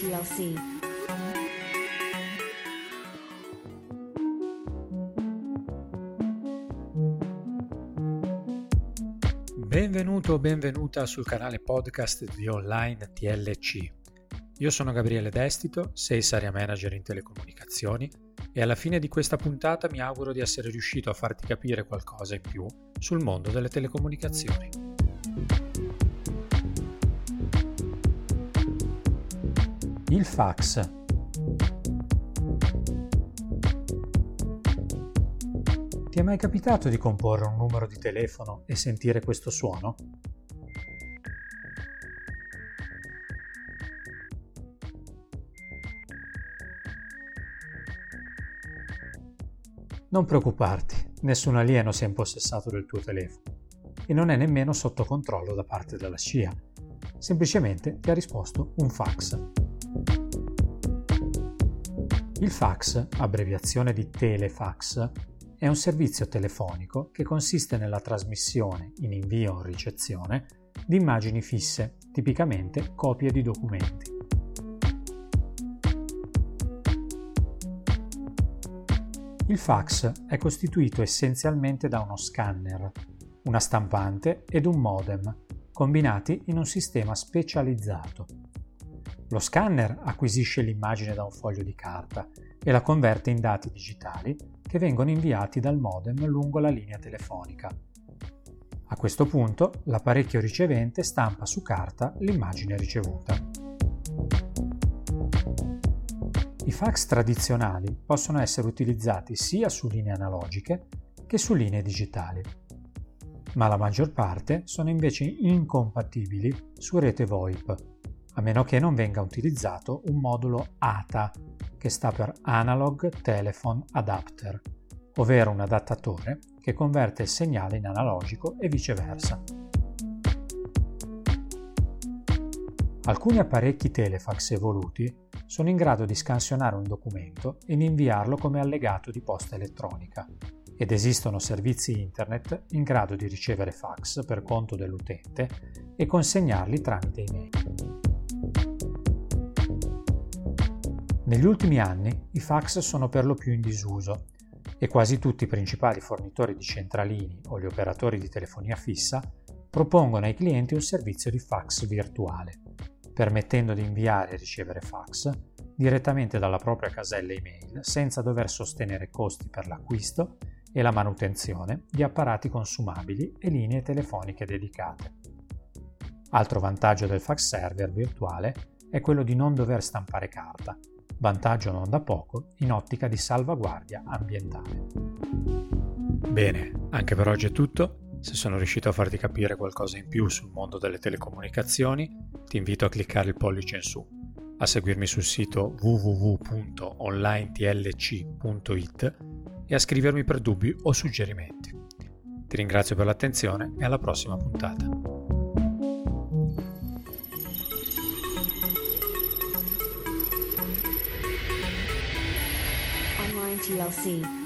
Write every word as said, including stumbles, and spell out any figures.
T L C. Benvenuto o benvenuta sul canale podcast di Online T L C. Io sono Gabriele Destito, Sales Area Manager in telecomunicazioni e alla fine di questa puntata mi auguro di essere riuscito a farti capire qualcosa in più sul mondo delle telecomunicazioni. Il fax. Ti è mai capitato di comporre un numero di telefono e sentire questo suono? Non preoccuparti, nessun alieno si è impossessato del tuo telefono e non è nemmeno sotto controllo da parte della C I A. Semplicemente ti ha risposto un fax. Il fax, abbreviazione di telefax, è un servizio telefonico che consiste nella trasmissione, in invio o ricezione, di immagini fisse, tipicamente copie di documenti. Il fax è costituito essenzialmente da uno scanner, una stampante ed un modem, combinati in un sistema specializzato. Lo scanner acquisisce l'immagine da un foglio di carta e la converte in dati digitali che vengono inviati dal modem lungo la linea telefonica. A questo punto, l'apparecchio ricevente stampa su carta l'immagine ricevuta. I fax tradizionali possono essere utilizzati sia su linee analogiche che su linee digitali, ma la maggior parte sono invece incompatibili su rete VoIP, a meno che non venga utilizzato un modulo A T A, che sta per Analog Telephone Adapter, ovvero un adattatore che converte il segnale in analogico e viceversa. Alcuni apparecchi telefax evoluti sono in grado di scansionare un documento e di inviarlo come allegato di posta elettronica, ed esistono servizi internet in grado di ricevere fax per conto dell'utente e consegnarli tramite email. Negli ultimi anni i fax sono per lo più in disuso e quasi tutti i principali fornitori di centralini o gli operatori di telefonia fissa propongono ai clienti un servizio di fax virtuale, permettendo di inviare e ricevere fax direttamente dalla propria casella email senza dover sostenere costi per l'acquisto e la manutenzione di apparati consumabili e linee telefoniche dedicate. Altro vantaggio del fax server virtuale è quello di non dover stampare carta, vantaggio non da poco in ottica di salvaguardia ambientale. Bene, anche per oggi è tutto. Se sono riuscito a farti capire qualcosa in più sul mondo delle telecomunicazioni, ti invito a cliccare il pollice in su, a seguirmi sul sito w w w punto online t l c punto i t e a scrivermi per dubbi o suggerimenti. Ti ringrazio per l'attenzione e alla prossima puntata. Online T L C.